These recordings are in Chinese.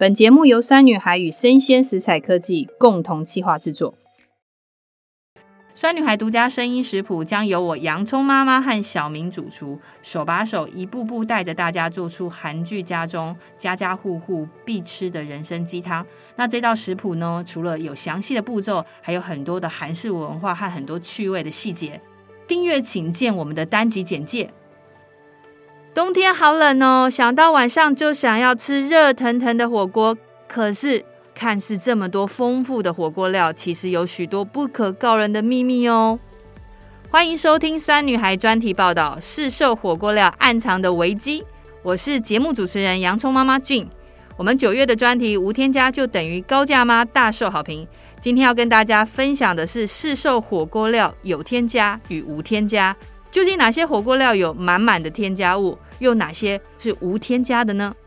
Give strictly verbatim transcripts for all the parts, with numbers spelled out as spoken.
本节目由酸女孩与生鲜食材科技共同企划制作。酸女孩独家声音食谱将由我洋葱妈妈和小明主厨手把手一步步带着大家做出韩剧家中家家户户必吃的人参鸡汤。那这道食谱呢，除了有详细的步骤，还有很多的韩式文化和很多趣味的细节。订阅请见我们的单集简介。冬天好冷哦，想到晚上就想要吃热腾腾的火锅，可是看似这么多丰富的火锅料，其实有许多不可告人的秘密哦。欢迎收听酸女孩专题报道，市售火锅料暗藏的危机。我是节目主持人洋葱妈妈 Jin。 我们九月的专题无添加就等于高价吗大受好评。今天要跟大家分享的是市售火锅料有添加与无添加，究竟哪些火锅料有满满的添加物，又哪些是无添加的呢？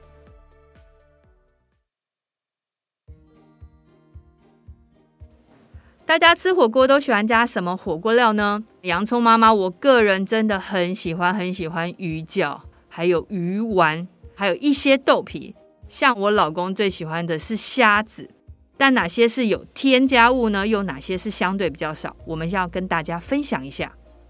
大家吃火锅都喜欢加什么火锅料呢？洋葱妈妈我个人真的很喜欢很喜欢鱼饺，还有鱼丸，还有一些豆皮。像我老公最喜欢的是虾子。但哪些是有添加物呢？又哪些是相对比较少？我们要跟大家分享一下。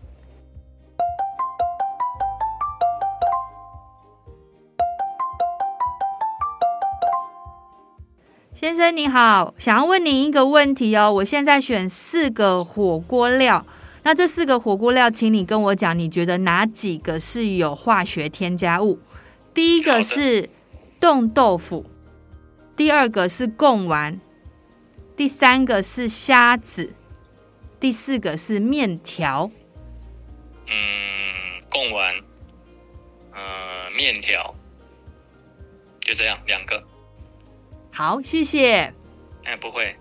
先生你好，想要问您一个问题哦。我现在选四个火锅料，那这四个火锅料请你跟我讲，你觉得哪几个是有化学添加物？第一个是冻豆腐，第二个是贡丸，第三个是虾子，第四个是面条。 嗯，贡丸，呃，面条，就这样两个。 好，谢谢。 哎，不会。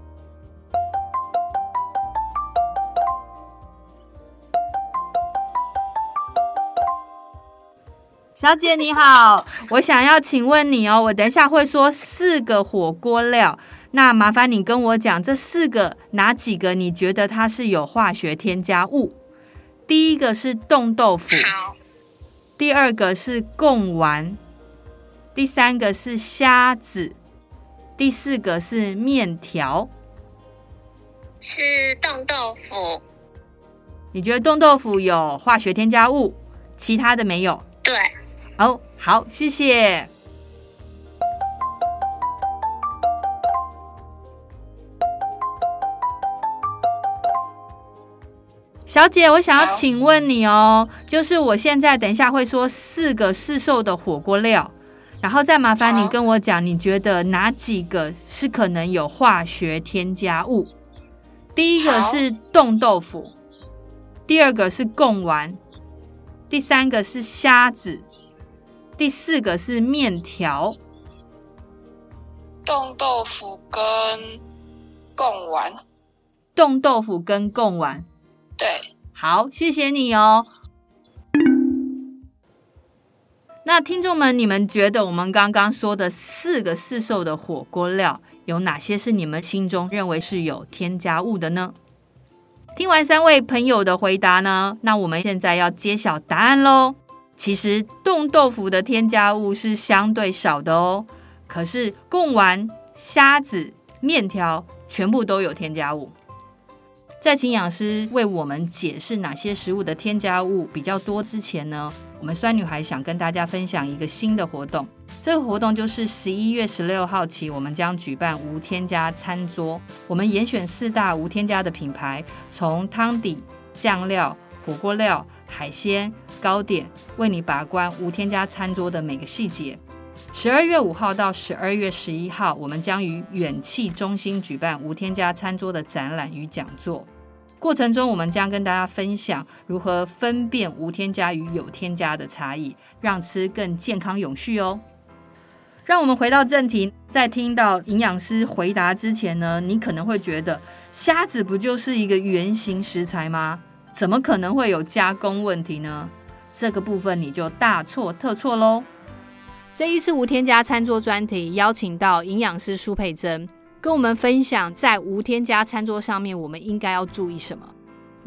小姐你好，我想要请问你哦，我等一下会说四个火锅料，那麻烦你跟我讲这四个哪几个你觉得它是有化学添加物？第一个是冻豆腐，第二个是贡丸，第三个是虾子，第四个是面条。 是冻豆腐。 你觉得冻豆腐有化学添加物，其他的没有？ 对。 哦，好，谢谢。小姐，我想要请问你哦，就是我现在等一下会说四个市售的火锅料，然后再麻烦你跟我讲，你觉得哪几个是可能有化学添加物？第一个是冻豆腐，第二个是贡丸，第三个是虾子，第四个是面条。 冻豆腐跟贡丸。 冻豆腐跟贡丸。 对。 好，谢谢你哦。那听众们，你们觉得我们刚刚说的四个市售的火锅料，有哪些是你们心中认为是有添加物的呢？听完三位朋友的回答呢，那我们现在要揭晓答案咯。其实冻豆腐的添加物是相对少的哦，可是贡丸、虾子、面条全部都有添加物。在请营养师为我们解释哪些食物的添加物比较多之前呢，我们酸女孩想跟大家分享一个新的活动。这个活动就是十一月十六号起，我们将举办无添加餐桌。我们严选四大无添加的品牌，从汤底、酱料、火锅料、海鲜、糕点，为你把关无添加餐桌的每个细节。十二月五号到十二月十一号，我们将于远气中心举办无添加餐桌的展览与讲座。过程中，我们将跟大家分享如何分辨无添加与有添加的差异，让吃更健康永续哦。让我们回到正题，在听到营养师回答之前呢，你可能会觉得虾子不就是一个原型食材吗？怎么可能会有加工问题呢？这个部分你就大错特错咯。这一次无添加餐桌专题邀请到营养师苏佩珍，跟我们分享在无添加餐桌上面我们应该要注意什么。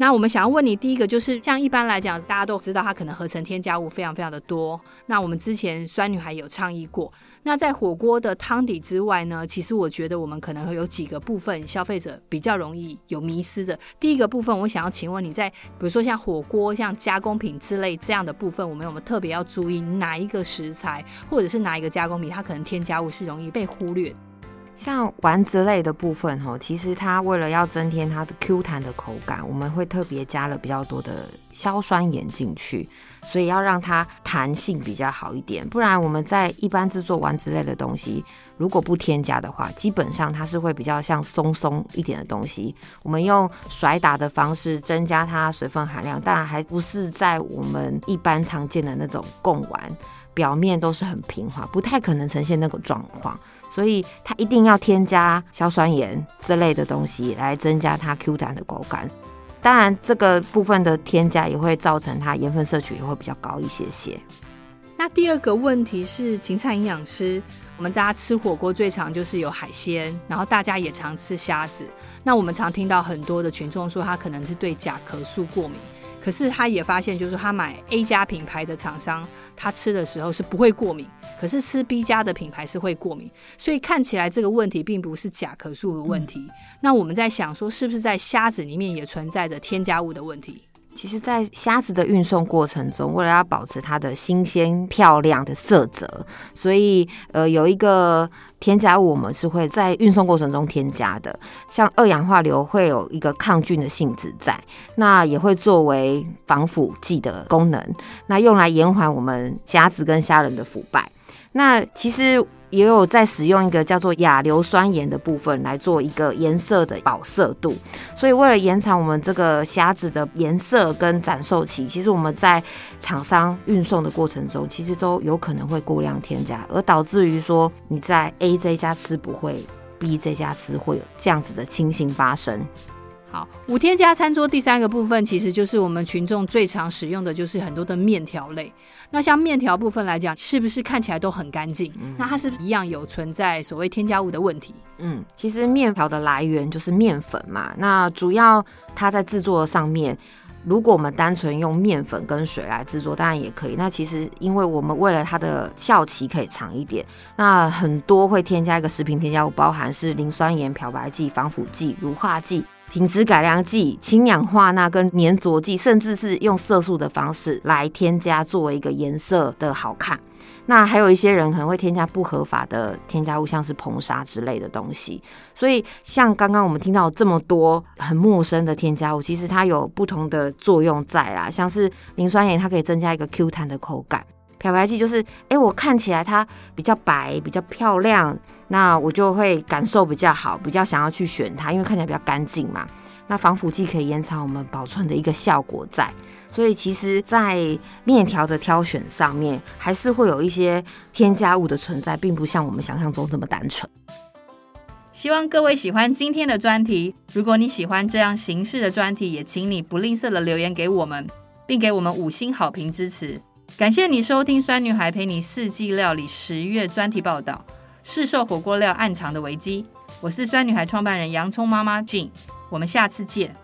那我们想要问你，第一个就是像一般来讲大家都知道它可能合成添加物非常非常的多，那我们之前酸女孩有倡议过，那在火锅的汤底之外呢，其实我觉得我们可能会有几个部分消费者比较容易有迷思的。第一个部分我想要请问你，在比如说像火锅像加工品之类这样的部分，我们有没有特别要注意哪一个食材或者是哪一个加工品它可能添加物是容易被忽略的？ 像丸子类的部分，其实它为了要增添它的 Q 弹的口感，我们会特别加了比较多的硝酸盐进去，所以要让它弹性比较好一点。不然我们在一般制作丸子类的东西，如果不添加的话，基本上它是会比较像松松一点的东西。我们用甩打的方式增加它水分含量，当然还不是在我们一般常见的那种贡丸，表面都是很平滑，不太可能呈现那个状况，所以它一定要添加硝酸盐之类的东西来增加它 Q 弹的口感。当然这个部分的添加也会造成它盐分摄取也会比较高一些些。 那第二个问题是芹菜营养师，我们大家吃火锅最常就是有海鲜，然后大家也常吃虾子，那我们常听到很多的群众说他可能是对甲壳素过敏，可是他也发现就是他买 A 家品牌的厂商他吃的时候是不会过敏，可是吃 B 家的品牌是会过敏，所以看起来这个问题并不是甲壳素的问题、嗯、那我们在想说是不是在虾子里面也存在着添加物的问题？ 其实在虾子的运送过程中，为了要保持它的新鲜漂亮的色泽，所以呃有一个添加物我们是会在运送过程中添加的，像二氧化硫会有一个抗菌的性质在，那也会作为防腐剂的功能，那用来延缓我们虾子跟虾仁的腐败。那其实也有在使用一个叫做亚硫酸盐的部分来做一个颜色的保色度，所以为了延长我们这个虾子的颜色跟展售期，其实我们在厂商运送的过程中其实都有可能会过量添加，而导致于说你在 A 这家吃不会， B 这家吃会有这样子的情形发生。 好，无添加餐桌第三个部分其实就是我们群众最常使用的就是很多的面条类，那像面条部分来讲是不是看起来都很干净、嗯、那它是不是一样有存在所谓添加物的问题？ 嗯，其实面条的来源就是面粉嘛，那主要它在制作上面，如果我们单纯用面粉跟水来制作当然也可以，那其实因为我们为了它的效期可以长一点，那很多会添加一个食品添加物，包含是磷酸盐、漂白剂、防腐剂、乳化剂、品质改良剂、氢氧化钠跟粘着剂，甚至是用色素的方式来添加作为一个颜色的好看。那还有一些人可能会添加不合法的添加物，像是硼砂之类的东西。所以像刚刚我们听到这么多很陌生的添加物，其实它有不同的作用在啦，像是磷酸盐它可以增加一个 Q 弹的口感，漂白剂就是哎，我看起来它比较白比较漂亮，那我就会感受比较好，比较想要去选它，因为看起来比较干净嘛。那防腐剂可以延长我们保存的一个效果在，所以其实在面条的挑选上面还是会有一些添加物的存在，并不像我们想象中这么单纯。 希望各位喜欢今天的专题，如果你喜欢这样形式的专题，也请你不吝啬的留言给我们，并给我们五星好评支持。感谢你收听酸女孩陪你四季料理十月专题报道，市售火锅料暗藏的危机。我是酸女孩创办人洋葱妈妈 Jean， 我们下次见。